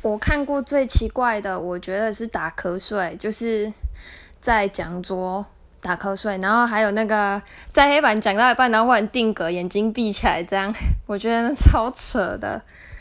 我看过最奇怪的，我觉得是打瞌睡，就是在讲桌打瞌睡，然后还有那个在黑板讲到一半，然后忽然定格，眼睛闭起来，这样我觉得那超扯的。